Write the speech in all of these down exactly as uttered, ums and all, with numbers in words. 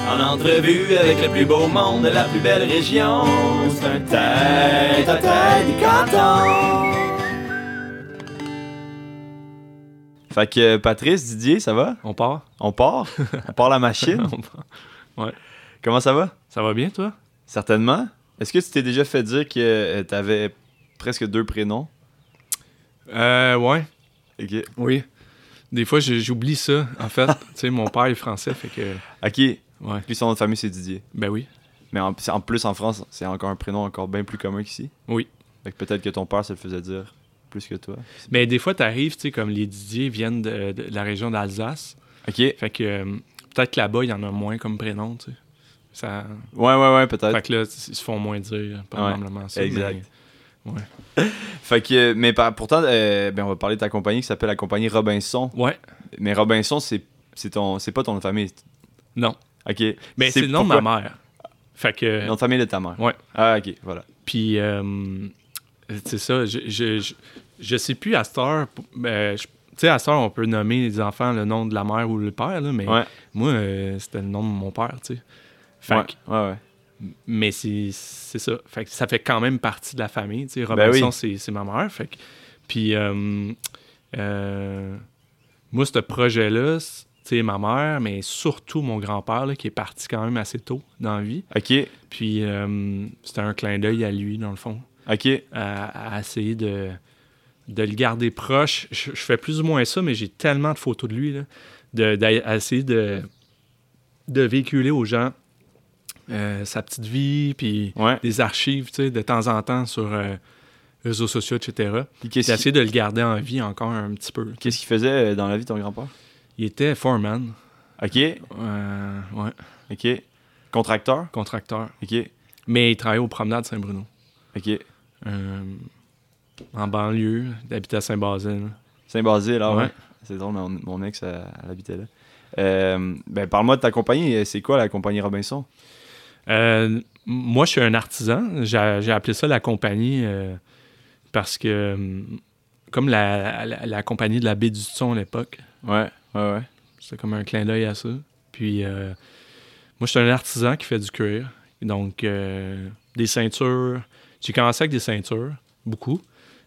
En entrevue avec le plus beau monde de la plus belle région. C'est un tête à tête du canton. Fait que Patrice, Didier, ça va? On part? On part? On part la machine? On part. Ouais. Comment ça va? Ça va bien, toi? Certainement. Est-ce que tu t'es déjà fait dire que euh, t'avais presque deux prénoms? Euh, ouais. Ok. Oui. Des fois, j'ai- j'oublie ça. En fait, tu sais, mon père est français, fait que... Ok. Ouais. Puis son nom de famille, c'est Didier. Ben oui. Mais en, en plus, en France, c'est encore un prénom encore bien plus commun qu'ici. Oui. Fait que peut-être que ton père se le faisait dire plus que toi. Mais des fois, t'arrives, tu sais, comme les Didier viennent de, de la région d'Alsace. Ok. Ouais, Fait que euh, peut-être que là-bas, il y en a moins comme prénom, tu sais. Ça... ouais, ouais, peut-être. Fait que là, ils se font moins dire, probablement ça. exact. Mais... Ouais. Fait que, mais par- pourtant, euh, ben, on va parler de ta compagnie qui s'appelle la compagnie Robinson. Ouais. Mais Robinson, c'est, c'est, ton, c'est pas ton nom de famille. Non. Ok. Mais c'est, le nom de ma mère. Fait que... Le nom de famille de ta mère. Ouais. Ah, ok, voilà. Puis, euh, c'est ça, je, je, je, je sais plus à cette heure, euh, je- tu sais, à cette heure, on peut nommer les enfants le nom de la mère ou le père, là, mais Ouais. moi, euh, c'était le nom de mon père, tu sais. Fait Ouais, que- ouais, ouais. mais c'est, c'est ça. Fait que ça fait quand même partie de la famille, tu sais. Ben Robinson, oui. c'est, c'est ma mère, fait que... Puis, euh, euh, moi, ce projet-là, c'est- tu sais, ma mère, mais surtout mon grand-père, là, qui est parti quand même assez tôt dans la vie. Ok, Puis, euh, c'était un clin d'œil à lui, dans le fond. ok. À, à essayer de, de le garder proche. Je, je fais plus ou moins ça, mais j'ai tellement de photos de lui, là, de, d'à- à essayer de, de véhiculer aux gens euh, sa petite vie, puis Ouais. des archives, tu sais, de temps en temps sur euh, réseaux sociaux, et cetera. Puis Puis qu'est-ce, essayer qu'il, de le garder en vie encore un petit peu. qu'est-ce qu'il faisait euh, dans la vie, ton grand-père? Il était foreman, Ok, euh, ouais, ok. Contracteur? contracteur. Ok, Mais il travaillait au promenade Saint-Bruno. ok. Euh, en banlieue, il habitait à Saint-Basile. Saint-Basile, là, ouais. Ouais. C'est drôle, mon, mon ex, elle, elle habitait là. Euh, ben, parle-moi de ta compagnie. C'est quoi la compagnie Robinson? Euh, moi, je suis un artisan. J'ai, j'ai appelé ça la compagnie euh, parce que, hum, comme la, la, la compagnie de la baie du Son à l'époque, Ouais, ouais, ouais. c'était comme un clin d'œil à ça. Puis, euh, moi, je suis un artisan qui fait du cuir. Donc, euh, des ceintures. J'ai commencé avec des ceintures, beaucoup.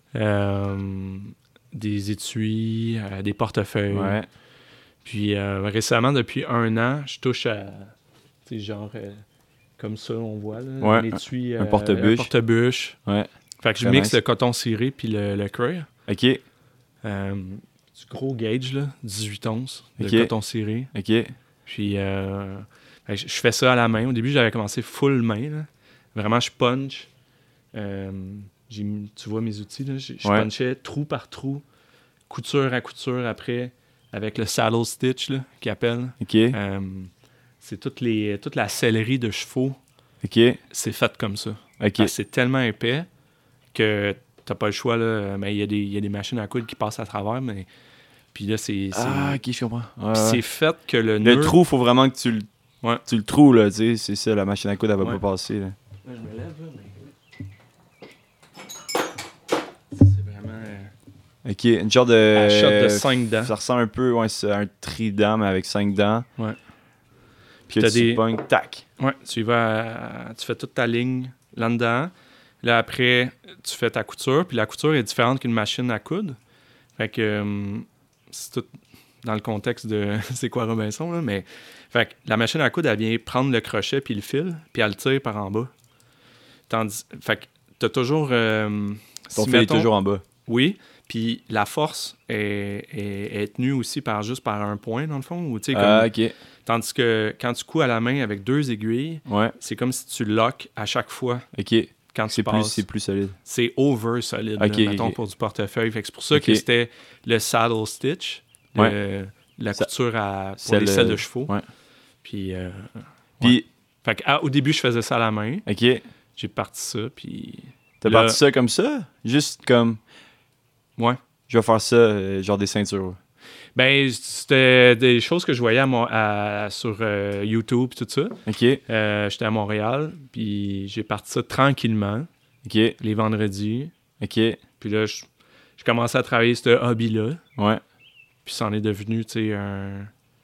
Euh, des étuis, euh, des portefeuilles. Ouais. Puis, euh, récemment, depuis un an, je touche à, tu sais, genre, euh, comme ça, on voit, là, Ouais, un étui, un euh, porte-bûche. un porte-bûche. Ouais. Fait que je Très mixe nice. le coton ciré puis le, le cuir. Ok, Euh, du gros gauge, là, dix-huit onces de Ok. coton ciré. ok. Puis, euh, fait que je je fais ça à la main. Au début, j'avais commencé full main, là. Vraiment, je punch. Euh, j'ai mis- tu vois mes outils, là. Je, je Ouais. punchais trou par trou, couture à couture après, avec le saddle stitch, là, qu'ils appellent. Ok, Euh, c'est toutes les, toute la sellerie de chevaux, ok, c'est fait comme ça. ok. Parce que c'est tellement épais que t'as pas le choix, là. Mais il y, a des- il y a des machines à coudre qui passent à travers, mais... Puis là, c'est... c'est- Ah, ok, je comprends. Ouais, puis ouais. c'est fait que le Le nœud... trou, faut vraiment que tu le, Ouais. tu le trous, là, tu sais. C'est ça, la machine à coudre, elle va Ouais. pas passer, là. Là, je me lève, là, mais... C'est vraiment... euh, Ok, une genre de... À shot de cinq dents. Ça ressemble un peu, ouais, c'est un trident, mais avec cinq dents. Ouais. Puis T'as là, tu des- pognes, tac. Ouais, tu y vas... à- Tu fais toute ta ligne là-dedans. Là, après, tu fais ta couture. Puis la couture est différente qu'une machine à coudre. Fait que... euh, c'est tout dans le contexte de... c'est quoi Robinson, là? Mais... Fait que la machine à coudre, elle vient prendre le crochet puis le fil, puis elle le tire par en bas. Tandis... Fait que t'as toujours... euh, Ton si, fil est mettons- toujours en bas. Oui, puis la force est, est, est tenue aussi par juste par un point, dans le fond. Ou, tu sais, comme- Ah, ok. Tandis que quand tu couds à la main avec deux aiguilles, Ouais, c'est comme si tu lock à chaque fois ok. quand tu C'est plus, passes. c'est plus solide. C'est over solide, Ok, là, mettons, ok. pour du portefeuille. Fait que c'est pour ça Ok. que c'était le saddle stitch, Ouais. le- la Ça- couture à, pour Selle, les selles euh, de chevaux. ouais. Puis, euh, Puis, fait que, ah, au début, je faisais ça à la main. ok. J'ai parti ça, puis... T'as Là- parti ça comme ça? Juste comme, Ouais. je vais faire ça, euh, genre des ceintures. Ben, c'était des choses que je voyais à mon- à- sur euh, YouTube et tout ça. Ok, Euh, j'étais à Montréal, puis j'ai parti ça tranquillement, ok, les vendredis. ok. Puis là, je, je commençais à travailler ce hobby-là. Ouais. Puis ça en est devenu, tu sais, un,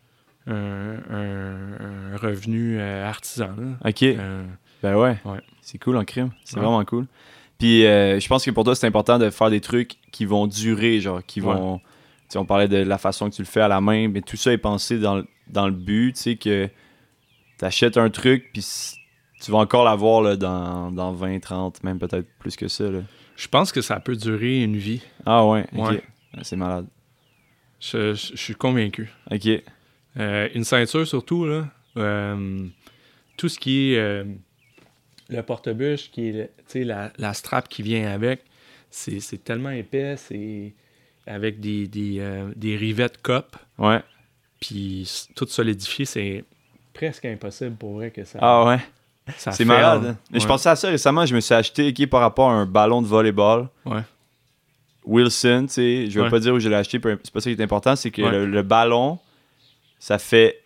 un, un, un revenu euh, artisan. Là. OK. Euh, ben ouais. ouais. C'est cool en crime. C'est Ouais. vraiment cool. Puis euh, je pense que pour toi, c'est important de faire des trucs qui vont durer, genre, qui vont... Ouais. Tu sais, on parlait de la façon que tu le fais à la main, mais tout ça est pensé dans, le- dans le but, tu sais, que t'achètes un truc, puis tu vas encore l'avoir là, dans, dans vingt, trente, même peut-être plus que ça. Là. Je pense que ça peut durer une vie. Ah ouais, ok. Ouais. C'est malade. Je, je, je suis convaincu. Ok. Euh, une ceinture surtout, là. Euh, tout ce qui est euh, le porte-bûche, qui est le- tu sais, la, la strap qui vient avec, c'est, c'est tellement épais, c'est avec des, des, euh, des rivets de cope, Ouais. puis s- tout solidifié, c'est presque impossible pour vrai que ça, Ah ouais. ça C'est fail. malade. hein. Mais Ouais. je pensais à ça récemment, je me suis acheté ok, par rapport à un ballon de volleyball. Ouais. Wilson, tu sais, je vais Ouais. pas dire où je l'ai acheté, peu- c'est pas ça qui est important, c'est que Ouais. le, le ballon, ça fait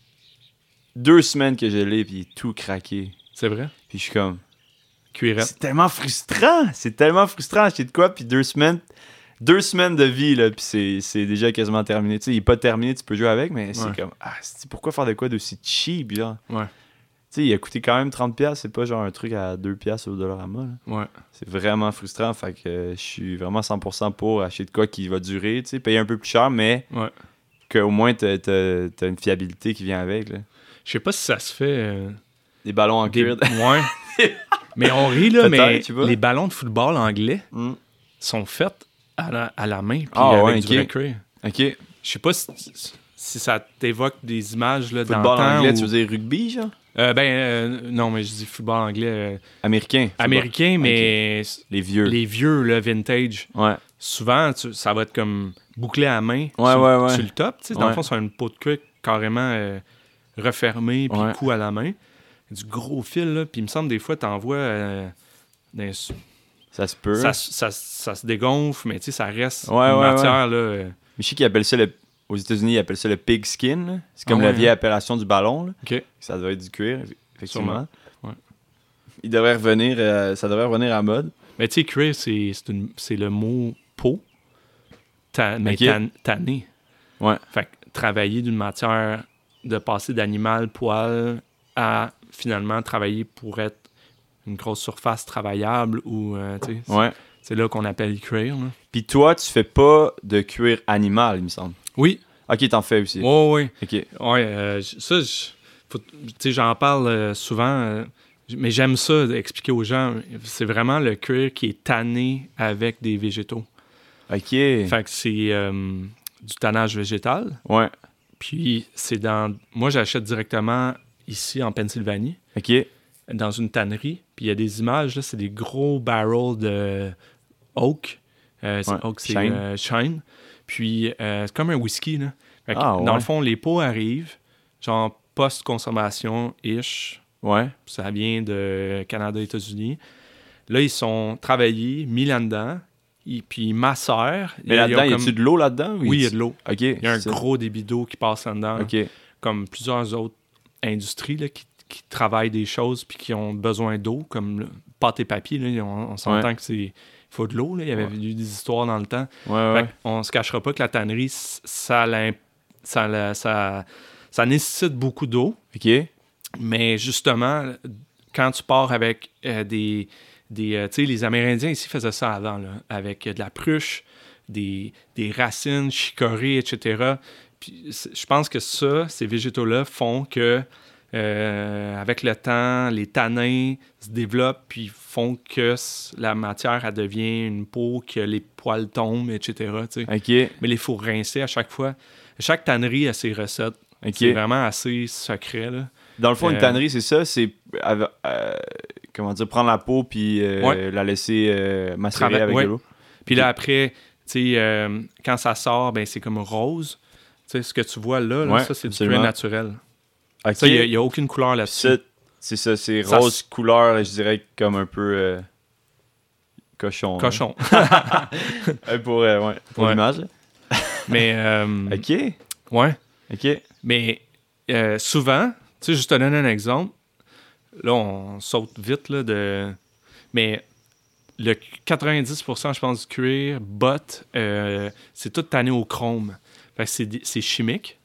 deux semaines que je l'ai, puis il est tout craqué. C'est vrai? Puis je suis comme, Cuirette. c'est tellement frustrant, c'est tellement frustrant acheter de quoi, puis deux semaines, deux semaines de vie, là, puis c'est, c'est déjà quasiment terminé. Tu sais, il est pas terminé, tu peux jouer avec, mais c'est Ouais. comme, ah, c'est- pourquoi faire de quoi d'aussi cheap, genre? Ouais. Tu sais, il a coûté quand même trente dollars, c'est pas genre un truc à deux dollars au Dollarama, là. Ouais. C'est vraiment frustrant, fait que euh, je suis vraiment cent pour cent pour acheter de quoi qui va durer, tu sais, payer un peu plus cher, mais Ouais. qu'au moins t'as, t'as, t'as une fiabilité qui vient avec, là. Je sais pas si ça se fait... euh, Des ballons en des... cuir. Ouais. Mais on rit, là, Peut-être, mais tu vois. les ballons de football anglais Mm. sont faits à la, à la main, puis Ah, avec ouais, du ok. vrai cuir. Ok. Je sais pas si, si ça t'évoque des images là, Football d'antan anglais, ou- tu veux dire rugby, genre? Euh, ben, euh, non, mais je dis football anglais euh, Américain. football. américain, mais Les vieux. les vieux, le vintage. Ouais. Souvent, tu- ça va être comme bouclé à main Ouais, sur, ouais, ouais. sur le top. tu sais. Dans Ouais. le fond, c'est une peau de cuir carrément euh, refermée, puis Ouais. coup à la main. Du gros fil, là. Puis il me semble des fois, t'envoies... Euh, dans- Ça se peut. ça, ça, ça se dégonfle, mais tu sais, ça reste Ouais, une ouais, matière, là... euh, Mais je sais qu'ils appellent ça le... Aux États-Unis, ils appellent ça le pig skin, là. C'est comme Ah la ouais, vieille hein? appellation du ballon, là. OK. Ça doit être du cuir, effectivement. Sûrement. Ouais. Il devrait revenir, euh, ça devrait revenir à mode. Mais tu sais, cuir, c'est, c'est, une- c'est le mot peau, ta- mais Ok. tan- tanné. Ouais. Fait que travailler d'une matière, de passer d'animal, poil, à finalement travailler pour être une grosse surface travaillable ou, euh, tu sais, c'est, Ouais. c'est là qu'on appelle cuir. Là. Puis toi, tu fais pas de cuir animal, il me semble. Oui, Ok, t'en fais aussi. oui, oui. Ok. Ouais, euh, j- ça, j- faut- tu sais, j'en parle euh, souvent, euh, j- mais j'aime ça d'expliquer aux gens. C'est vraiment le cuir qui est tanné avec des végétaux. Ok. Fait que c'est euh, du tannage végétal. Ouais. Puis c'est dans... Moi, j'achète directement ici en Pennsylvanie, Ok. dans une tannerie. Puis il y a des images, là, c'est des gros barrels de oak. Euh, c'est Ouais, oak, c'est Shine. euh, Shine. Puis euh, c'est comme un whisky, là. Fait que, Ah, dans ouais. le fond, les pots arrivent, genre post-consommation-ish. Ouais. Ça vient de Canada, États-Unis. Là, ils sont travaillés, mis là-dedans. Ils- puis ils macèrent. Mais Ils- là-dedans, ils y ont a-tu comme- de l'eau là-dedans? Oui, il y a de l'eau. Ok. Il y a un c'est ça. gros débit d'eau qui passe là-dedans. Ok. Comme plusieurs autres industries là, qui, qui travaillent des choses puis qui ont besoin d'eau, comme le pâte et papier. Là, on, on s'entend Ouais. que c'est il faut de l'eau. Là. Il y avait Ouais. eu des histoires dans le temps. Ouais, Fait ouais. on se cachera pas que la tannerie, c- ça, l'im- ça, la- ça, ça nécessite beaucoup d'eau. Ok. Mais justement, quand tu pars avec euh, des... des euh, tu sais, les Amérindiens ici faisaient ça avant, là, avec euh, de la pruche, des, des racines, chicorées, et cetera. Puis c'est- je pense que ça, ces végétaux-là font que, euh, avec le temps, les tanins se développent, puis font que s- la matière, elle devient une peau, que les poils tombent, et cetera. tu sais. Ok. Mais il faut rincer à chaque fois. Chaque tannerie a ses recettes. Ok. C'est vraiment assez secret, là. Dans le fond, une Euh, tannerie, c'est ça, c'est euh, euh, comment dire, prendre la peau puis euh, Ouais. la laisser euh, macérer Trava- avec ouais. de l'eau. Puis là, Ok. après, tu sais, euh, quand ça sort, ben c'est comme rose. Tu sais, ce que tu vois là, là, Ouais, ça, c'est du absolument. cuir naturel. Ok. Ça, il n'y a, aucune couleur Puis là-dessus. ça, c'est ça, c'est Ça rose s- couleur, je dirais comme un peu euh, cochon. là. Cochon. Euh, pour euh, ouais, pour Ouais. l'image. là. Mais, euh, Ok. ouais. Ok. Mais euh, souvent, tu sais, je te donne un exemple. Là, on saute vite, là, de... Mais le quatre-vingt-dix pour cent, je pense, du cuir, botte, euh, c'est tout tanné au chrome. Fait que c'est, di- c'est chimique.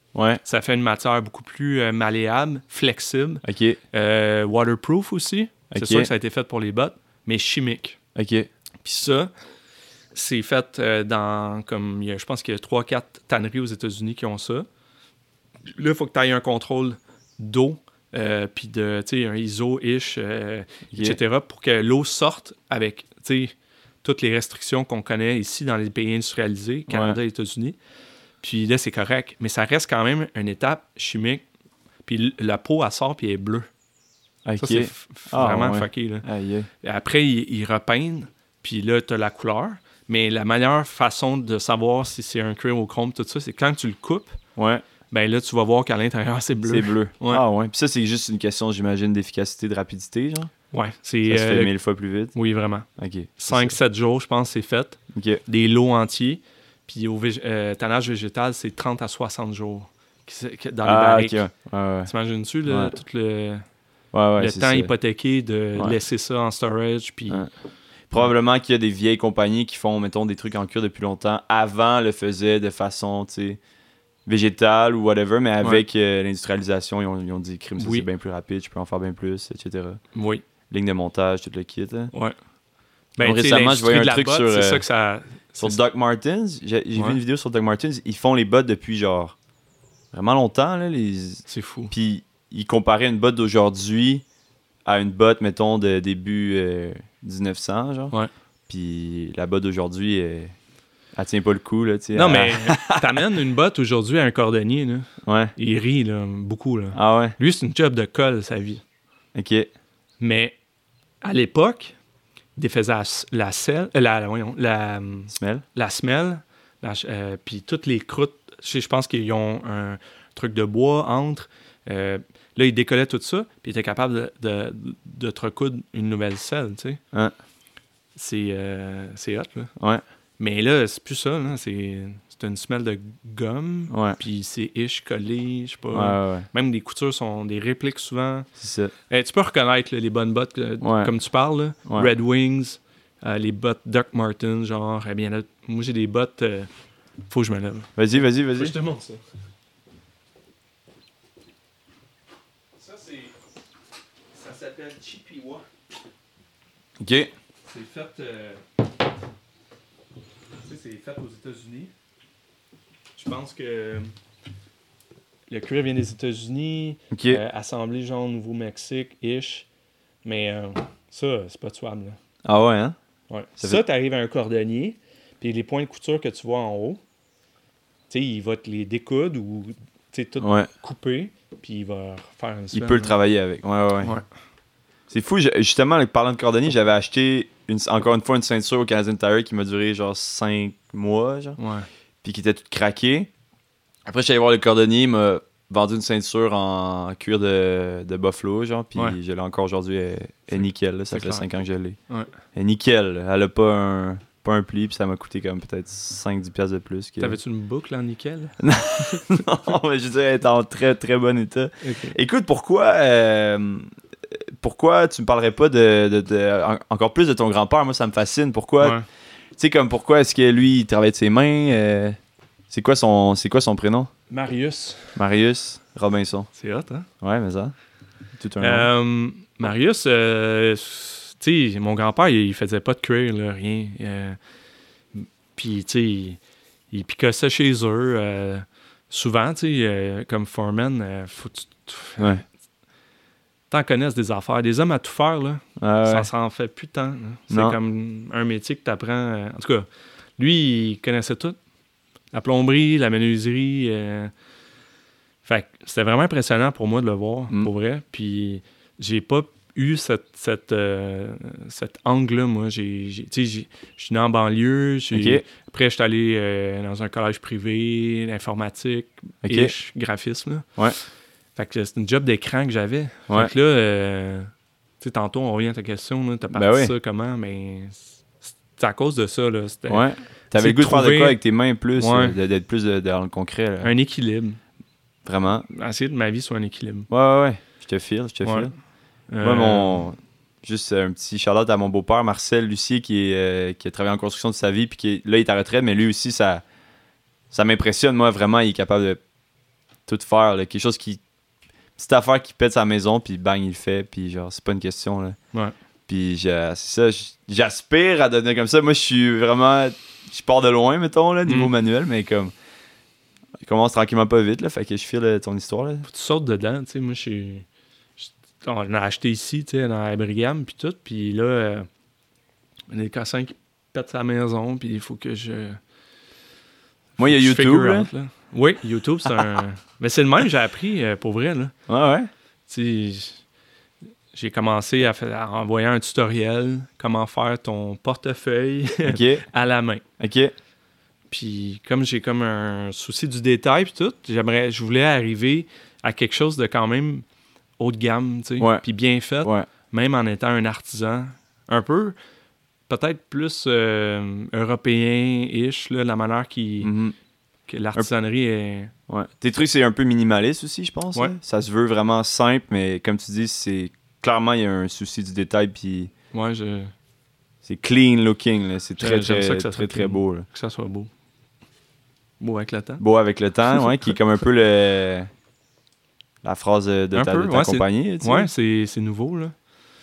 Ouais. Ça fait une matière beaucoup plus euh, malléable, flexible, OK. euh, waterproof aussi. C'est Ok. sûr que ça a été fait pour les bottes, mais chimique. OK. Puis ça, c'est fait euh, dans, comme, il y a, je pense qu'il y a trois quatre tanneries aux États-Unis qui ont ça. Là, il faut que tu aies un contrôle d'eau, euh, puis de, tu sais, un I S O-ish, euh, Ok. et cetera, pour que l'eau sorte avec, tu sais, toutes les restrictions qu'on connaît ici dans les pays industrialisés, Canada et États-Unis. Puis là, c'est correct. Mais ça reste quand même une étape chimique. Puis l- la peau, elle sort, puis elle est bleue. OK. Ça, c'est f- f- Ah, vraiment ouais. fucké, là. Aïe, aïe. Et après, ils, ils repeignent, puis là, tu as la couleur. Mais la meilleure façon de savoir si c'est un cuir au chrome, tout ça, c'est quand tu le coupes, Ouais. ben là, tu vas voir qu'à l'intérieur, c'est bleu. C'est bleu. Ouais. Ah ouais. Puis ça, c'est juste une question, j'imagine, d'efficacité, de rapidité, genre? Ouais, c'est... Ça se euh, fait mille fois plus vite. Oui, vraiment. OK. cinq sept jours, je pense, c'est fait. OK. Des lots entiers. Puis au vég- euh, tannage végétal, c'est trente à soixante jours qui se- qui- dans les Ah, barriques. OK. Ouais, ouais. T'imagines-tu, là, Ouais. tout le, Ouais, ouais, le c'est temps ça. hypothéqué de Ouais. laisser ça en storage, puis... Ouais. Probablement qu'il y a des vieilles compagnies qui font, mettons, des trucs en cuir depuis longtemps. Avant, le faisaient de façon, tu sais, végétale ou whatever, mais avec euh, l'industrialisation, ils ont, ils ont dit, crime, ça Oui. c'est bien plus rapide, je peux en faire bien plus, et cetera. Oui, Ligne de montage, tout le kit. Hein. ouais. Bon, tu sais, récemment, je voyais l'industrie un de la truc botte, sur, C'est euh, ça que ça... Sur c'est- Doc Martens, j'ai j'ai Ouais. vu une vidéo sur Doc Martens, ils font les bottes depuis genre vraiment longtemps, là, les... C'est fou. Puis ils comparaient une botte d'aujourd'hui à une botte, mettons, de début euh, dix-neuf cents, genre. Ouais. Puis la botte d'aujourd'hui, elle, elle tient pas le coup, là, tu sais. Non, elle- mais t'amènes une botte aujourd'hui à un cordonnier, là. Ouais. Il rit, là, beaucoup, là. Ah ouais, Lui, c'est une job de colle, sa vie. ok. Mais à l'époque, il défaisait la, la selle, euh, la, la, voyons, la, Smell. la semelle, la ch- euh, puis toutes les croûtes. Je, sais, je pense qu'ils ont un truc de bois entre. Euh, là, ils décollaient tout ça, puis ils étaient capables de, de, de te recoudre une nouvelle selle, tu sais. Hein. C'est, euh, c'est hot, là. Ouais, Mais là, c'est plus ça, là. C'est, c'est une semelle de gomme, ouais. puis c'est ish collé, je sais pas. Ouais, ouais, ouais. Même les coutures sont des répliques souvent. C'est ça. Eh, tu peux reconnaître là, les bonnes bottes, euh, Ouais. comme tu parles, là. Ouais. Red Wings, euh, les bottes Doc Martens, genre, eh bien là, moi j'ai des bottes, euh, faut que je me lève. Vas-y, vas-y, Faut que vas-y. je te montre ça. Ça, c'est. Ça s'appelle Chippewa. Ok. C'est fait. euh, Tu sais, c'est fait aux États-Unis. Je pense que. Le cuir vient des États-Unis. Ok. Euh, assemblé genre au Nouveau-Mexique-ish. Mais euh, ça, c'est pas tuable. Là. Ah ouais, hein? Ouais. Ça Ça, fait- t'arrives à un cordonnier, puis les points de couture que tu vois en haut, tu sais, il va te les découdre ou tu sais, tout Ouais. couper, puis il va faire une Il semaine, peut le là. travailler avec. Ouais, ouais, ouais. Ouais. C'est fou, j'ai- justement, parlant de cordonnier, j'avais acheté une, encore une fois une ceinture au Canadian Tire qui m'a duré genre cinq mois, genre, Ouais. puis qui était toute craquée. Après, je suis allé voir le cordonnier, il m'a vendu une ceinture en cuir de, de buffalo, genre, puis Ouais. je l'ai encore aujourd'hui, elle, elle est nickel, là, ça c'est fait clair. cinq ans que je l'ai. Ouais. Elle est nickel, elle a pas un, pas un pli, puis ça m'a coûté comme peut-être cinq dix piastres de plus. Que... T'avais-tu une boucle en nickel? non, mais je dirais, elle est en très très bon état. Écoute, pourquoi euh, pourquoi tu me parlerais pas de, de- de- en- encore plus de ton grand-père? Moi, ça me fascine. Pourquoi, Ouais. tu sais, comme pourquoi est-ce que lui, il travaille de ses mains? euh, c'est quoi son c'est quoi son prénom? Marius. Marius Robinson. C'est hot, hein? Ouais, mais ça. Tout un nom. Euh, Marius, euh, tu sais, mon grand-père, il, il faisait pas de cuir, là, rien. Euh, Puis, tu sais, il, il picassait chez eux. euh, souvent, tu sais, euh, comme foreman, euh, faut que tu Ouais. t'en connaisses des affaires. Des hommes à tout faire, là, Ah ouais. ça s'en fait plus tant. là. C'est Non. comme un métier que tu apprends. En tout cas, lui, il connaissait tout. La plomberie, la menuiserie. euh, Fait que c'était vraiment impressionnant pour moi de le voir, Mm. pour vrai. Puis j'ai pas eu cette, cette, euh, cet angle-là, moi. J'ai, j'ai- tu sais, j'ai- je suis né en banlieue. j'ai- Ok. Après, je suis allé euh, dans un collège privé, l'informatique, Ok. ish, graphisme. Là. Ouais. Fait que c'est une job d'écran que j'avais. Ouais. Fait que là, euh, tu sais, tantôt, on revient à ta question. Là, t'as parti Ben oui. de ça comment, mais c'est à cause de ça. Là, c'était Ouais. T'avais c'est le goût de faire de trouver- quoi avec tes mains plus, Ouais. euh, de- d'être plus de- dans le concret, là. un équilibre. Vraiment. Essayer que ma vie soit un équilibre. Ouais, ouais, ouais. Je te file, je te Ouais. file. Euh, Moi, mon. Juste un petit shout-out à mon beau-père, Marcel Lucier, qui, est, euh, qui a travaillé en construction de sa vie, puis qui est- là, il est à retraite, mais lui aussi, ça, ça m'impressionne. Moi, vraiment, il est capable de tout faire, là. Quelque chose qui... Petite affaire qui pète sa maison, puis bang, il le fait, puis genre, c'est pas une question, là. Ouais. Puis c'est ça, j'aspire à devenir comme ça. Moi, je suis vraiment... Je pars de loin, mettons, là, niveau mm. manuel, mais comme... Je commence tranquillement pas vite, là, fait que je file ton histoire, là. Faut que tu sautes dedans, tu sais, moi, je suis... On a acheté ici, tu sais, dans la Brigam, puis tout, puis là, euh, on a des cassins qui pètent sa maison, puis il faut que je... Moi, il y a YouTube, là. Out, là. Oui, YouTube, c'est un... Mais c'est le même, j'ai appris, euh, pour vrai, là. Ouais, ouais. Tu sais, j'ai commencé à, faire, à envoyer un tutoriel, comment faire ton portefeuille okay. à la main. OK. Puis comme j'ai comme un souci du détail puis tout, j'aimerais, je voulais arriver à quelque chose de quand même haut de gamme, tu sais, ouais. puis bien fait, ouais. même en étant un artisan, un peu, peut-être plus euh, européen-ish, là, la manière qui, mm-hmm. que l'artisanerie est... Ouais. Tes trucs, c'est un peu minimaliste aussi, je pense. Ouais. Ça se veut vraiment simple, mais comme tu dis, c'est clairement, il y a un souci du détail, puis... Ouais, je... C'est clean looking, là. C'est très, très, ça que ça très, très beau, là. Que ça soit beau. Beau avec le temps. Beau avec le temps, ouais, qui est comme un peu le... la phrase de ta, peu, de ta ouais, compagnie. C'est... Ouais, c'est, c'est nouveau, là.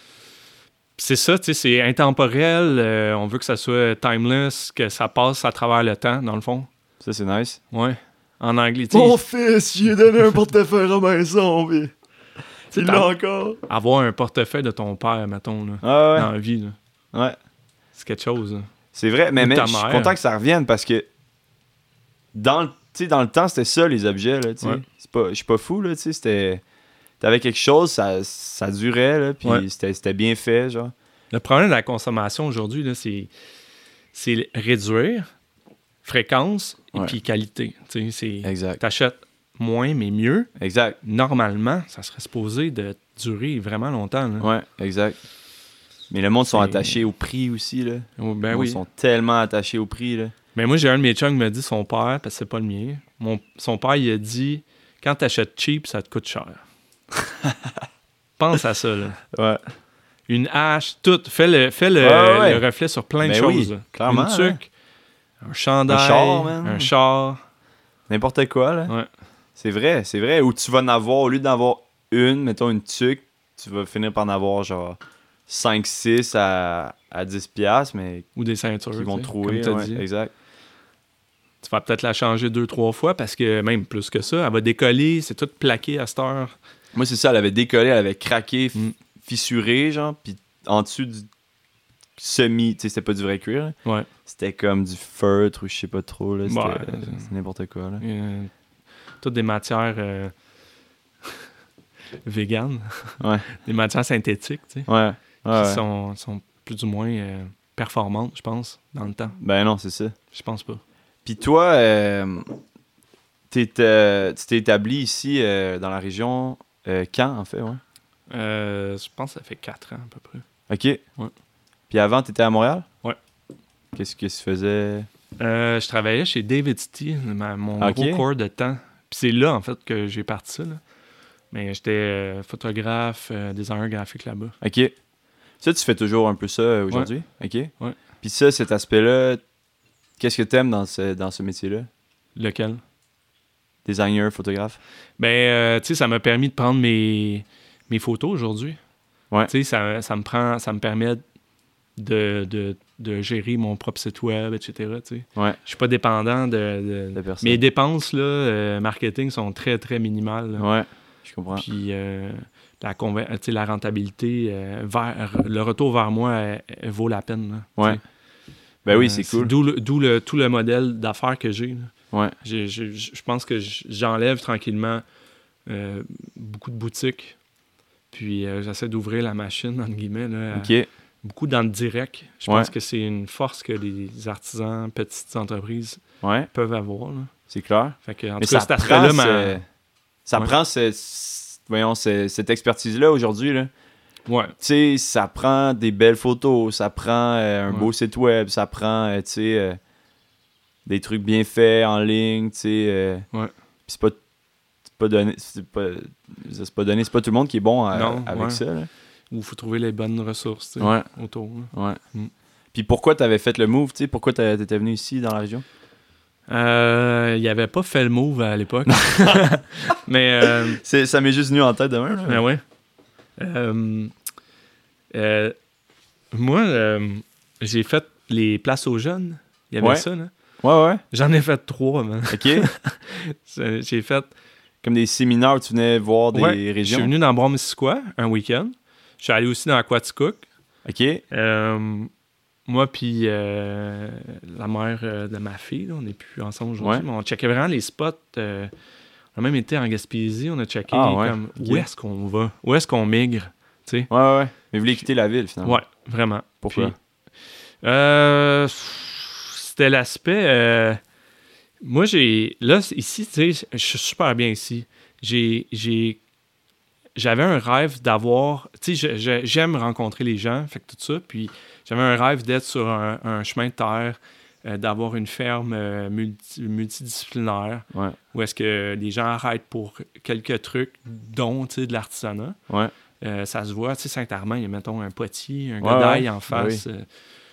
C'est ça, tu sais, c'est intemporel. Euh, on veut que ça soit timeless, que ça passe à travers le temps, dans le fond. Ça, c'est nice. Ouais. En anglais, tu sais. Mon fils, j'ai donné un portefeuille à la maison, mais... Il l'a encore. Avoir un portefeuille de ton père, mettons, là, ah ouais. dans la vie, là. Ouais. C'est quelque chose, là. C'est vrai, mais, mais je suis content que ça revienne, parce que dans le, dans le temps, c'était ça, les objets, là, tu sais. Ouais. C'est pas, je suis pas fou, là, tu sais, c'était... T'avais quelque chose, ça, ça durait, là, puis ouais. c'était, c'était bien fait, genre. Le problème de la consommation aujourd'hui, là, c'est, c'est réduire fréquence et ouais. puis qualité. Tu sais, c'est... Exact. T'achètes moins, mais mieux. Exact. Normalement, ça serait supposé de durer vraiment longtemps, là. Ouais, exact. Mais le monde sont c'est... attachés au prix aussi, là. Oh, ben le monde oui. sont tellement attachés au prix, là. Mais moi, j'ai un de mes chums qui m'a dit, son père, parce que c'est pas le mien, mon, son père, il a dit, quand t'achètes cheap, ça te coûte cher. Pense à ça, là. Ouais. Une hache, tout. Fais le, fais le, ouais, ouais. le reflet sur plein ben de choses. Oui, clairement. Une tuque, hein. Un chandail, un char, man. un char. N'importe quoi, là. Ouais. C'est vrai, c'est vrai. Ou tu vas en avoir, au lieu d'en avoir une, mettons une tuque, tu vas finir par en avoir genre cinq six à, à dix piastres, mais... Ou des ceintures, qui vont t'sais, trouver, comme t'as ouais, dit. Exact. Tu vas peut-être la changer deux, trois fois, parce que même plus que ça, elle va décoller, c'est tout plaqué à cette heure. Moi, c'est ça, elle avait décollé, elle avait craqué, f- mm. fissuré, genre, puis en dessous du semi, tu sais, c'était pas du vrai cuir, là. Ouais. C'était comme du feutre ou je sais pas trop, là, c'était, ouais, euh, c'était n'importe quoi, là. Euh, toutes des matières euh, véganes, ouais. des matières synthétiques, tu sais, ouais. ouais, qui ouais. Sont, sont plus ou moins euh, performantes, je pense, dans le temps. Ben non, c'est ça. Je pense pas. Puis toi, euh, t'es, euh, tu t'es établi ici, euh, dans la région, euh, quand, en fait, ouais? Euh, je pense que ça fait quatre ans, à peu près. OK. Ouais. Puis avant, t'étais à Montréal? Ouais. Qu'est-ce que tu faisais? Euh, je travaillais chez David City, ma, mon okay. gros corps de temps. Puis c'est là, en fait, que j'ai parti ça, là. Mais j'étais euh, photographe, euh, designer graphique là-bas. OK. Ça, tu fais toujours un peu ça aujourd'hui? Ouais. OK. Ouais. Puis ça, cet aspect-là, qu'est-ce que t'aimes dans ce, dans ce métier-là? Lequel? Designer, photographe? Ben, euh, tu sais, ça m'a permis de prendre mes, mes photos aujourd'hui. Ouais. Tu sais, ça, ça me prend, ça me permet de, de, de gérer mon propre site web, et cetera. Tu sais. Ouais. Je suis pas dépendant de... de... de personne. Mes dépenses, là, euh, marketing, sont très, très minimales. Là. Ouais, je comprends. Puis euh, la, conver... tu sais, la rentabilité, euh, vers... le retour vers moi, elle, elle vaut la peine. Là, ouais. Ben oui, c'est euh, cool. C'est d'où, le, d'où le, tout le modèle d'affaires que j'ai. Là. Ouais. J'ai, j'ai, je pense que j'enlève tranquillement euh, beaucoup de boutiques. Puis euh, j'essaie d'ouvrir la machine, entre guillemets. Là, OK. Beaucoup dans le direct. Je ouais. pense que c'est une force que les artisans, petites entreprises ouais. peuvent avoir. Là. C'est clair. Fait que, en Mais tout cas, ça cet prend, aspect-là, ce... ma... ça ouais. prend ce... Voyons, ce... cette expertise-là aujourd'hui. Là. Ouais. Tu sais, ça prend des belles photos, ça prend euh, un ouais. beau site web, ça prend, euh, tu sais, euh, des trucs bien faits en ligne, tu sais. Euh, ouais. Puis c'est pas, c'est pas donné, c'est pas, c'est pas donné, c'est pas tout le monde qui est bon à, non, avec ouais. ça. Là. Ou il faut trouver les bonnes ressources tu sais, ouais. autour. Là. Ouais. Mm. Puis pourquoi t'avais fait le move, tu sais, pourquoi t'étais venu ici dans la région? Euh, il avait pas fait le move à l'époque. mais euh, C'est, ça m'est juste venu en tête demain. Là. mais ouais. Euh, euh, moi, euh, j'ai fait les places aux jeunes. Il y avait Ouais. ça, là. Ouais, ouais. J'en ai fait trois, man. OK. C'est- j'ai fait... Comme des séminaires où tu venais voir des Ouais, je régions. suis venu dans Brown-Missisquoi un week-end. Je suis allé aussi dans Aquaticook. OK. Euh, moi puis euh, la mère euh, de ma fille, là, on n'est plus ensemble aujourd'hui, Ouais. mais on checkait vraiment les spots. euh, on a même été en Gaspésie, on a checké Ah, ouais. comme Ok. où est-ce qu'on va, où est-ce qu'on migre, tu sais. Ouais, ouais, ouais. Mais vous voulez quitter la ville, finalement. Ouais, vraiment. Pourquoi? Puis, euh, c'était l'aspect... euh, moi, j'ai... Là, c- ici, tu sais, je suis super bien ici. J'ai... j'ai j'avais un rêve d'avoir... Tu sais, je- je- j'aime rencontrer les gens, fait que tout ça. Puis j'avais un rêve d'être sur un, un chemin de terre, euh, d'avoir une ferme euh, multi- multidisciplinaire, Ouais. où est-ce que les gens arrêtent pour quelques trucs, dont, tu sais, de l'artisanat. Ouais. Euh, ça se voit, tu sais, Saint-Armand, il y a, mettons, un potier, un Ouais, gars d'ail ouais. en face. euh,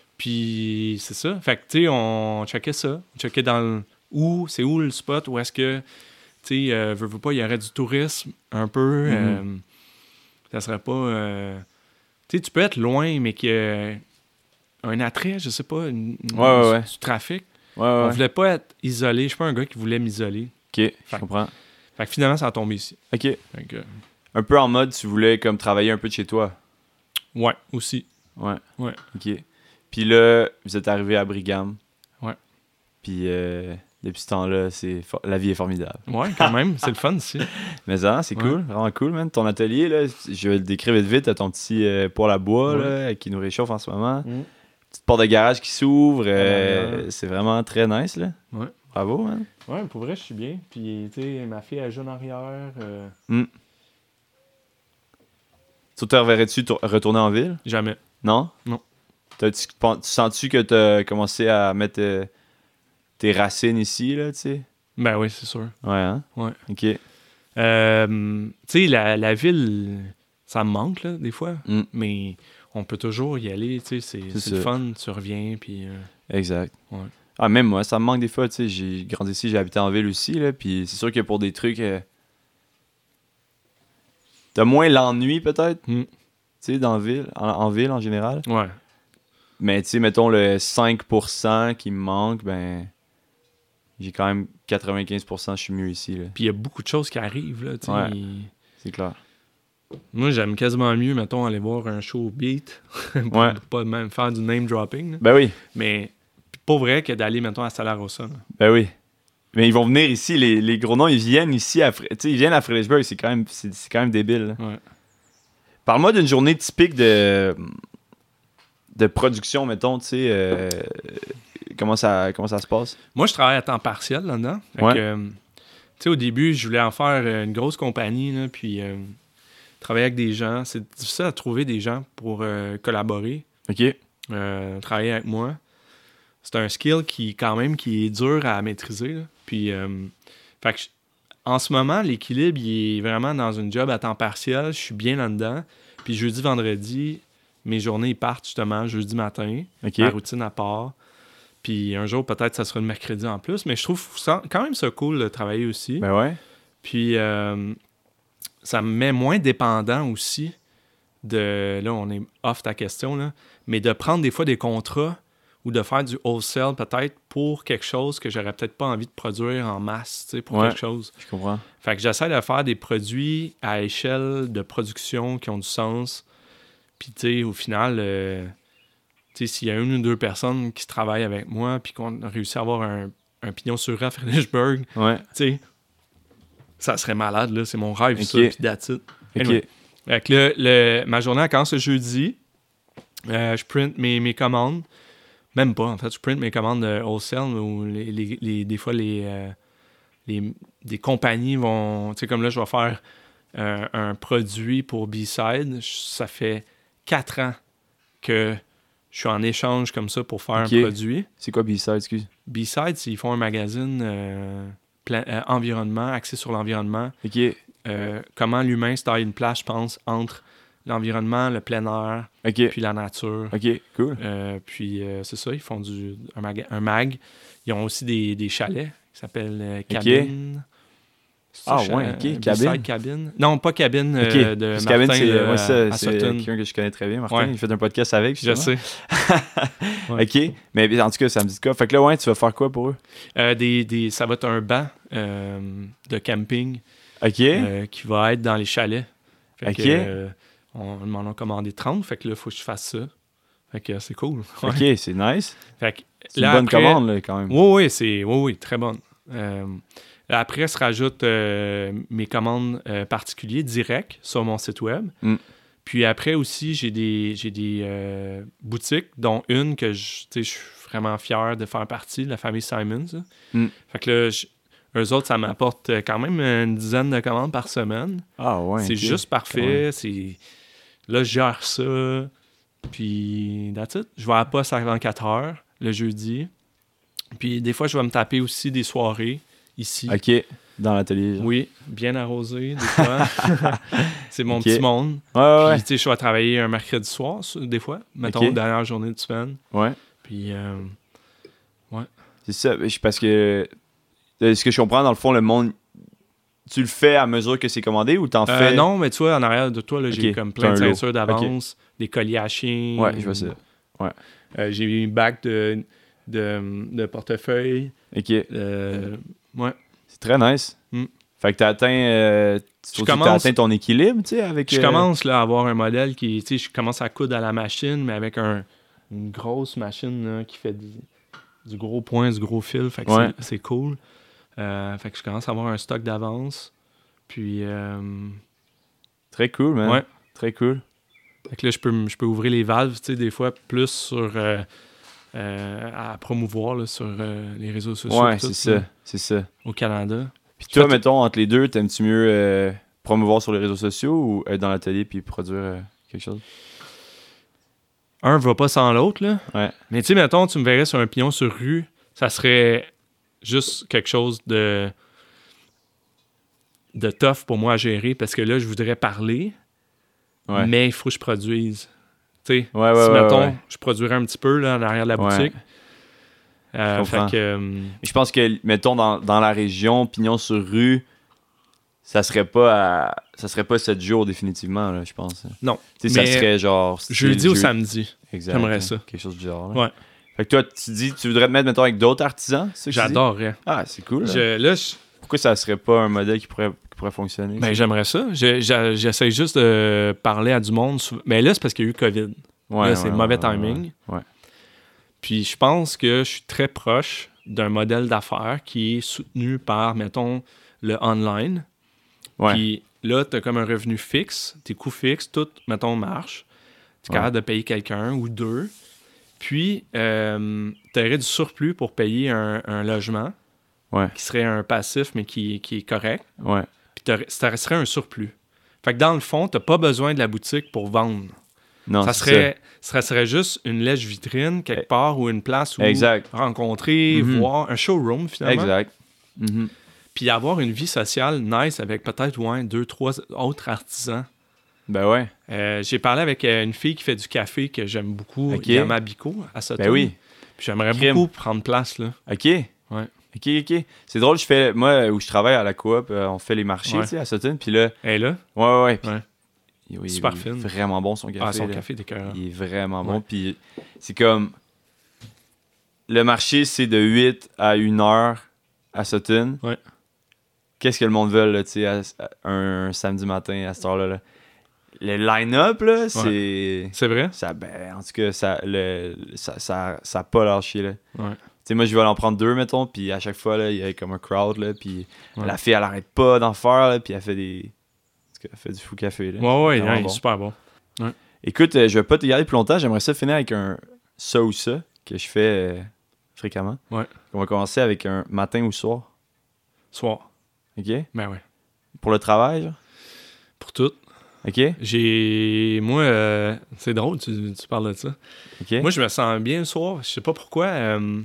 puis c'est ça. Fait que, tu sais, on checkait ça. On checkait dans le... Où, c'est où le spot, où est-ce que... Tu sais, euh, veux, veux pas, il y aurait du tourisme un peu. Mhm. euh, ça serait pas... euh, tu sais, tu peux être loin, mais qu'il y a un attrait, je sais pas, une- une- Ouais, ouais, du, ouais. du trafic. Ouais, On ouais. voulait pas être isolé. Je suis pas un gars qui voulait m'isoler. OK, je comprends. Fait que finalement, ça a tombé ici. OK. Fait que, Un peu en mode, tu voulais comme travailler un peu de chez toi. ouais, aussi. Ouais. Ouais. OK. Puis là, vous êtes arrivé à Brigham. Ouais. Puis euh, depuis ce temps-là, c'est for- la vie est formidable. Ouais, quand même. C'est le fun ici. Mais ça, c'est Ouais. cool. Vraiment cool, man. Ton atelier, là, je vais le décrire vite vite. T'as ton petit euh, poêle à bois, Ouais. là, qui nous réchauffe en ce moment. Mm. Petite porte de garage qui s'ouvre. euh, l'arrière. c'est vraiment très nice, là. Ouais. Bravo, man. Ouais, pour vrai, je suis bien. Puis, tu sais, ma fille, elle joue en arrière. euh, Tu te reverrais-tu tour- retourner en ville? jamais. Non? Non. T'as-tu- pen- tu sens-tu que t'as commencé à mettre euh, tes racines ici, là, tu sais? Ben oui, c'est sûr. Ouais, hein? Ouais. OK. Euh, tu sais, la, la ville, ça me manque, là, des fois. Mm. Mais on peut toujours y aller, tu sais. C'est C'est c'est le ça. fun, tu reviens, puis... euh, Exact. Ouais. Ah, même moi, ça me manque des fois, tu sais. J'ai grandi ici, j'ai habité en ville aussi, là. Puis c'est sûr que pour des trucs... euh, t'as moins l'ennui, peut-être, Mm. tu sais, dans la ville, en, en ville, en général. Ouais. Mais, tu sais, mettons le cinq pour cent qui me manque, ben... J'ai quand même quatre-vingt-quinze pour cent, je suis mieux ici, là. Puis il y a beaucoup de choses qui arrivent, là, tu sais. Ouais. Il- C'est clair. Moi, j'aime quasiment mieux, mettons, aller voir un show beat. pour Ouais. pas même faire du name dropping, là. Ben oui, Mais pas vrai que d'aller, mettons, à Salarossa, là. ben oui. Mais ils vont venir ici, les, les gros noms, ils viennent ici, à, Fre- tu sais, ils viennent à Fredericksburg, c'est quand même, c'est, c'est quand même débile, là. Ouais. Parle-moi d'une journée typique de, de production, mettons, tu sais, euh, comment, ça, comment ça se passe? Moi, je travaille à temps partiel là-dedans. Fait Ouais. que, euh, tu sais, au début, je voulais en faire euh, une grosse compagnie, là, puis euh, travailler avec des gens. C'est difficile à trouver des gens pour euh, collaborer, OK. euh, travailler avec moi. C'est un skill qui, quand même, qui est dur à maîtriser, là. Puis, euh, fait que, je- en ce moment, l'équilibre, il est vraiment dans une job à temps partiel. Je suis bien là-dedans. Puis jeudi, vendredi, mes journées ils partent justement jeudi matin. OK. Ma routine à part. Puis un jour, peut-être, ça sera le mercredi en plus. Mais je trouve ça, quand même ça cool de travailler aussi. Ben ouais. Puis euh, ça me met moins dépendant aussi de... Là, on est off ta question, là. Mais de prendre des fois des contrats ou de faire du wholesale peut-être pour quelque chose que j'aurais peut-être pas envie de produire en masse, tu sais, pour Ouais. quelque chose. Je comprends. Fait que j'essaie de faire des produits à échelle de production qui ont du sens. Puis, tu sais, au final, euh, tu sais, s'il y a une ou deux personnes qui travaillent avec moi puis qu'on a réussi à avoir un, un pignon sur rue à Fredericksburg, Ouais. tu sais, ça serait malade, là. C'est mon rêve, Ok. ça, puis that's it. OK. Anyway. Fait que le, le- ma journée, elle commence le jeudi. Euh, je print mes, mes commandes. Même pas, en fait. Je print mes commandes de wholesale ou les, les- les- des fois, les, euh, les, des compagnies vont... Tu sais, comme là, je vais faire euh, un produit pour B-Side. Je- Ça fait quatre ans que je suis en échange comme ça pour faire Ok. un produit. C'est quoi B-Side, excuse? B-Side, c'est- ils font un magazine euh, pla- euh, environnement, axé sur l'environnement. OK. Euh, comment l'humain se taille une place, je pense, entre l'environnement, le plein air, OK. puis la nature. OK, cool. Euh, puis euh, c'est ça, ils font du, un, mag, un mag. Ils ont aussi des, des chalets qui s'appellent euh, cabines. C'est Ah ça, ouais, cha- ok, beside cabine. cabine. Non, pas cabine OK. euh, de Parce que Martin Cabine, c'est là, ouais, ça, à c'est Sutton. quelqu'un que je connais très bien, Martin. Ouais. Il fait un podcast avec, Je justement. sais. Ouais. OK. Mais en tout cas, ça me dit quoi? Fait que là, ouais, tu vas faire quoi pour eux? Euh, des, des, ça va être un banc euh, de camping OK. euh, qui va être dans les chalets. Fait Ok. que, euh, on m'en a commandé trente, fait que là, il faut que je fasse ça. Fait que euh, c'est cool. Ouais. OK, c'est nice. Fait que, C'est une là, bonne après- commande, là, quand même. Oui, oui, c'est oui, oui, très bonne. Euh, là, après, se rajoutent euh, mes commandes euh, particulières directes sur mon site web. Mm. Puis après aussi, j'ai des, j'ai des euh, boutiques, dont une que je, tu sais, je suis vraiment fier de faire partie, de la famille Simons. là. Mm. Fait que là, je- eux autres, ça m'apporte euh, quand même une dizaine de commandes par semaine. Ah ouais. c'est ok. juste parfait. C'est... Là, je gère ça. Puis, that's it. Je vais à la poste à vingt-quatre heures le jeudi. Puis, des fois, je vais me taper aussi des soirées ici. OK. Dans l'atelier. genre. Oui, bien arrosé, des fois. C'est mon Ok. petit monde. Ouais, ouais, ouais. Puis, tu sais, je vais travailler un mercredi soir, ça, des fois. Mettons, Ok. dernière journée de semaine. Ouais. Puis, euh, C'est ça. Je- Parce que de ce que je comprends, dans le fond, le monde. Tu le fais à mesure que c'est commandé ou t'en euh, fais. non, mais tu vois, en arrière de toi, là, j'ai Ok, comme t'as plein de un lot. ceintures d'avance, des colliers à chien. Ouais, je vois ça. Euh, j'ai eu une bac de, de, de portefeuille. OK. Euh, ouais. C'est très nice. Mm. Fait que t'as atteint. Euh, tu trouves que commence- t'as atteint ton équilibre, tu sais, avec. Je euh, commence là, à avoir un modèle qui, tu sais, je commence à coudre à la machine, mais avec un, une grosse machine là, qui fait du, du gros point, du gros fil. Fait que Ouais. c'est, c'est cool. Euh, fait que je commence à avoir un stock d'avance. Puis, euh, Très cool, man. ouais. Très cool. Fait que là, je peux, m- je peux ouvrir les valves, tu sais, des fois, plus sur... euh, euh, à promouvoir là, sur euh, les réseaux sociaux. Ouais, tout, c'est là, ça. C'est ça. au Canada. Puis toi, Fait- mettons, entre les deux, t'aimes-tu mieux euh, promouvoir sur les réseaux sociaux ou être dans l'atelier puis produire euh, quelque chose? Un va pas sans l'autre, là. Ouais. Mais tu sais, mettons, tu me verrais sur un pignon sur rue, ça serait juste quelque chose de de tough pour moi à gérer parce que là, je voudrais parler, Ouais. mais il faut que je produise. Tu sais, Ouais, ouais, si, ouais, mettons, ouais. je produirais un petit peu là, en arrière de la Ouais. boutique. Euh, Je comprends. fait que, euh, Je pense que, mettons, dans, dans la région, pignon sur rue, ça serait pas à- ça serait pas sept jours définitivement, là, je pense. Non. Tu sais, ça Mais serait genre... style jeudi ou jeu- samedi. Exact, j'aimerais hein, ça. Quelque chose du genre. Là. Ouais. Fait que toi, tu dis, tu voudrais te mettre, mettons, avec d'autres artisans, c'est ça que tu dis? J'adorerais. Ah, c'est cool. là. Je- là, je- Pourquoi ça serait pas un modèle qui pourrait, qui pourrait fonctionner? ben, ça? j'aimerais ça. Je- je- J'essaie juste de parler à du monde. sou- Mais là, c'est parce qu'il y a eu COVID. Ouais, là, c'est ouais, mauvais ouais, ouais, timing. Ouais. Puis je pense que je suis très proche d'un modèle d'affaires qui est soutenu par, mettons, le online. Ouais. Puis là, tu as comme un revenu fixe, tes coûts fixes, tout, mettons, marche. Tu es Ouais. capable de payer quelqu'un ou deux. Puis, euh, tu aurais du surplus pour payer un, un logement Ouais. qui serait un passif, mais qui, qui est correct. Ouais. Puis t'aurais- ça serait un surplus. Fait que dans le fond, tu n'as pas besoin de la boutique pour vendre. Non, ça, c'est serait, ça serait juste une lèche vitrine quelque Eh, part ou une place où exact. rencontrer, Mhm. voir, un showroom ça. finalement. Exact. Mhm. Puis avoir une vie sociale nice avec peut-être ouais, deux, trois autres artisans. Ben ouais. Euh, j'ai parlé avec euh, une fille qui fait du café que j'aime beaucoup, Ok. Yama Biko, à Sutton. Ben oui. Puis j'aimerais Crime. beaucoup prendre place là. OK. Ouais. OK, OK. C'est drôle, je fais... Moi, où je travaille à la coop, euh, on fait les marchés, Ouais. tu sais, à Sutton, puis là... Elle est là. Ouais, ouais, ouais. puis- Ouais. il- il- Super il est fine. vraiment bon, son café. Ah, son là. café d'écœurant. Il est vraiment Ouais. bon. Puis c'est comme. Le marché, c'est de huit à une heure à Sutton. Ouais. Qu'est-ce que le monde veut, là, tu sais, à- à- un, samedi matin à cette heure-là? Là. Le line-up, là, c'est. C'est vrai? Ça, ben, en tout cas, ça le, ça, ça, ça a pas lâché, là. Ouais. Tu sais, moi, je vais en prendre deux, mettons, puis à chaque fois, là, il y a comme un crowd, là, puis Ouais. la fille, elle arrête pas d'en faire, là, puis elle fait des. En tout cas, elle fait du fou café, là. Ouais, ouais, Vraiment ouais, il est bon. super bon. Écoute, euh, je vais pas te garder plus longtemps. J'aimerais ça finir avec un ça ou ça que je fais euh, fréquemment. Ouais. On va commencer avec un matin ou soir. Soir. OK? Ben ouais. Pour le travail, genre. Pour tout. OK? J'ai. Moi, euh, c'est drôle, tu, tu parles de ça. OK? Moi, je me sens bien le soir. Je sais pas pourquoi. euh,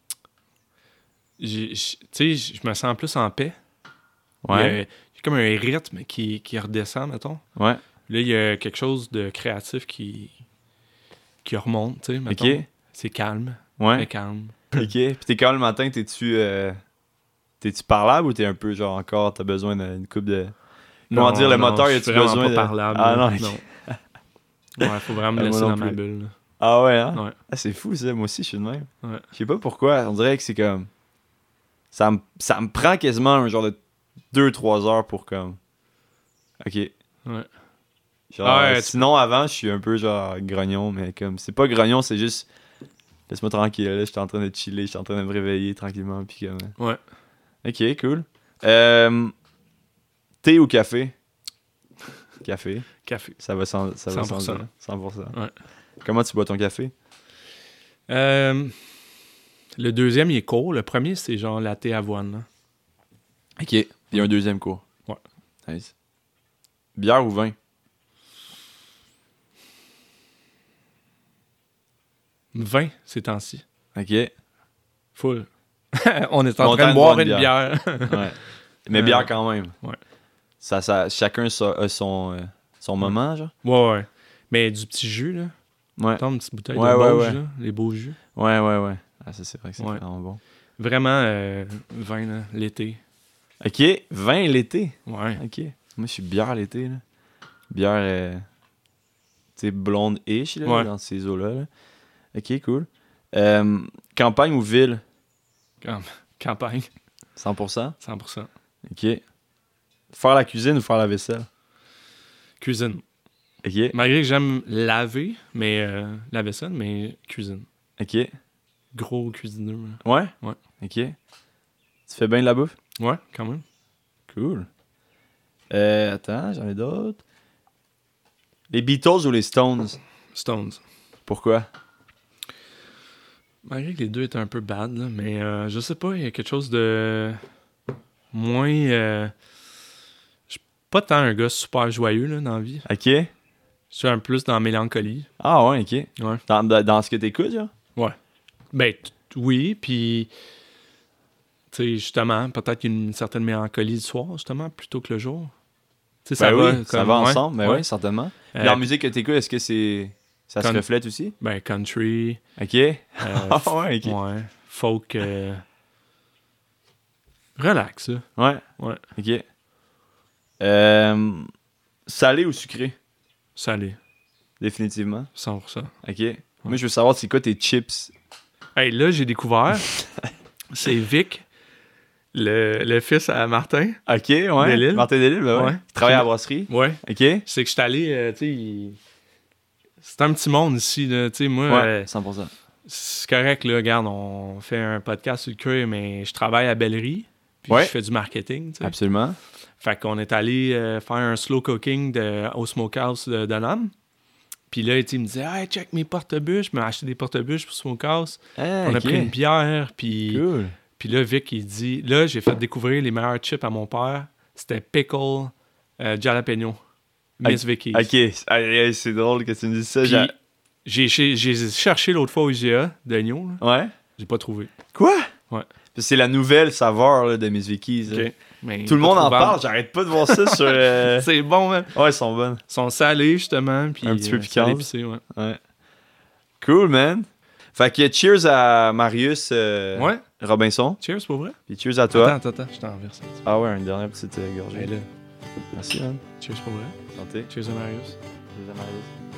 j'ai- j'ai- Tu sais, je me sens plus en paix. Il y a- ouais. il y a comme un rythme qui, qui redescend, mettons. Ouais. Là, il y a quelque chose de créatif qui, qui remonte, tu sais, mettons. Ok. C'est calme, Ouais. mais calme. Ok. Puis t'es quand le matin, t'es-tu. Euh... T'es-tu parlable ou t'es un peu genre encore, t'as besoin d'une coupe de. Comment Non, dire, le non, moteur, je y a-tu suis vraiment besoin pas de. parlable. Ah là. non, ok. non. Ouais, faut vraiment me Ah, moi laisser non dans ma plus. bulle. là. Ah ouais, hein? Ouais. Ah, c'est fou ça, moi aussi je suis de même. Ouais. Je sais pas pourquoi, on dirait que c'est comme. Ça me, ça me prend quasiment un genre de deux trois heures pour comme. Ok. Ouais. Genre, Ah ouais, tu sinon avant, je suis un peu genre grognon, mais comme. C'est pas grognon, c'est juste. Laisse-moi tranquille, là, j'étais en train de chiller, j'étais en train de me réveiller tranquillement, puis comme. Ouais. Ok, cool. Euh, thé ou café? Café. Café. Ça va sans, ça va cent pour cent. sans cent pour cent. Ouais. Comment tu bois ton café? Euh, le deuxième, il est court. Le premier, c'est genre latte avoine. Là. Ok. Il y a un deuxième cours. Ouais. Nice. Bière ou vin? vingt, ces temps-ci. Ok. Full. On est en Content train de de boire boire une une bière. Ouais. Mais Euh, bière quand même. ouais. Ça, ça, chacun sa- a son, euh, son moment, genre? ouais, ouais. Mais du petit jus, là. Ouais. Attends, une petite bouteille Ouais, de ouais, Bauge, ouais. là. Les beaux jus. Ouais, ouais, ouais. Ah, ça, c'est vrai que c'est Ouais. vraiment bon. Vraiment, euh, vin, là, l'été. Ok. Vin l'été. Ouais. Ok. Moi, je suis bière l'été, là. Bière, euh, tu sais, blonde-ish, là, Ouais. dans ces eaux-là. Là. Ok, cool. Euh, campagne ou ville? Comme campagne, cent pour cent? cent pour cent. Ok. Faire la cuisine ou faire la vaisselle? Cuisine. Ok. Malgré que j'aime laver, mais euh, la vaisselle, mais cuisine. Ok. Gros cuisineux. là. Ouais? Ouais. Ok. Tu fais bien de la bouffe? Ouais, quand même. Cool. Euh, attends, j'en ai d'autres. Les Beatles ou les Stones? Stones. Pourquoi? Malgré que les deux étaient un peu bad, là, mais euh, je sais pas, il y a quelque chose de moins... euh, Je suis pas tant un gars super joyeux là, dans la vie. Ok. Je suis un peu plus dans la mélancolie. Ah ouais, ok. Ouais. Dans, dans, dans ce que t'écoutes, genre? Ouais. Ben, t- oui, puis... Tu sais, justement, peut-être qu'il y a une certaine mélancolie le soir, justement, plutôt que le jour. Tu sais, Ben ça oui, va ça comme- va ouais, ensemble, ben ouais. oui, certainement. Euh, Puis en musique que t'écoutes, est-ce que c'est ça se Con- reflète aussi? Ben, country, Ok. euh, Ah ouais, ok. ouais, folk... euh, Relax, ça. Ouais. Ouais. Ok. Euh, salé ou sucré? Salé, Définitivement. cent pour cent. Ok. Moi, je veux savoir, c'est quoi tes chips? Hey, là, j'ai découvert, c'est Vic, le, le fils à Martin. Ok, ouais. Delisle. Martin Delisle, ben ouais. Ouais. Il travaille à la brasserie. Ouais. Ok. Ouais, C'est que je suis allé, euh, tu sais, il- c'est un petit monde ici, là, tu sais, moi, euh, cent pour cent. c'est correct, là, regarde, on fait un podcast sur le cuir, mais je travaille à Bellerie, puis Ouais. je fais du marketing, tu sais. Absolument. Fait qu'on est allé euh, faire un slow cooking de, au Smokehouse de Donham. Puis là, tu sais, il me disait « Hey, check mes porte-bûches. » Je m'ai acheté des porte-bûches pour Smokehouse. Ah, On a ok. pris une bière, puis... Cool. Puis là, Vic, il dit... Là, j'ai fait découvrir les meilleurs chips à mon père. C'était pickle euh, jalapeno. Miss Vicky's. Ok, Aïe, aïe, c'est drôle que tu me dises ça. Puis j'ai- j'ai, j'ai, j'ai cherché l'autre fois au I G A d'Agneau. là. Ouais? J'ai pas trouvé. Quoi? Ouais. Puis c'est la nouvelle saveur là, de Miss Vicky's. là. OK. Mais Tout le pas monde en trouvable. parle, j'arrête pas de voir ça sur... euh, C'est bon, man. Ouais, ils sont bonnes. Ils sont salés, justement. Puis, Un petit peu euh, piquants. salés épicés, ouais. Ouais. Cool, man. Fait que cheers à Marius euh, Ouais. Robinson. Cheers, pour vrai? Puis cheers à toi. Attends, attends, attends. Je t'en verse un petit peu. Ah ouais, une dernière petite euh, gorgée. Ben là, Merci, man. cheers pour vrai. Santé. Cheers à Marius. Cheers à Marius.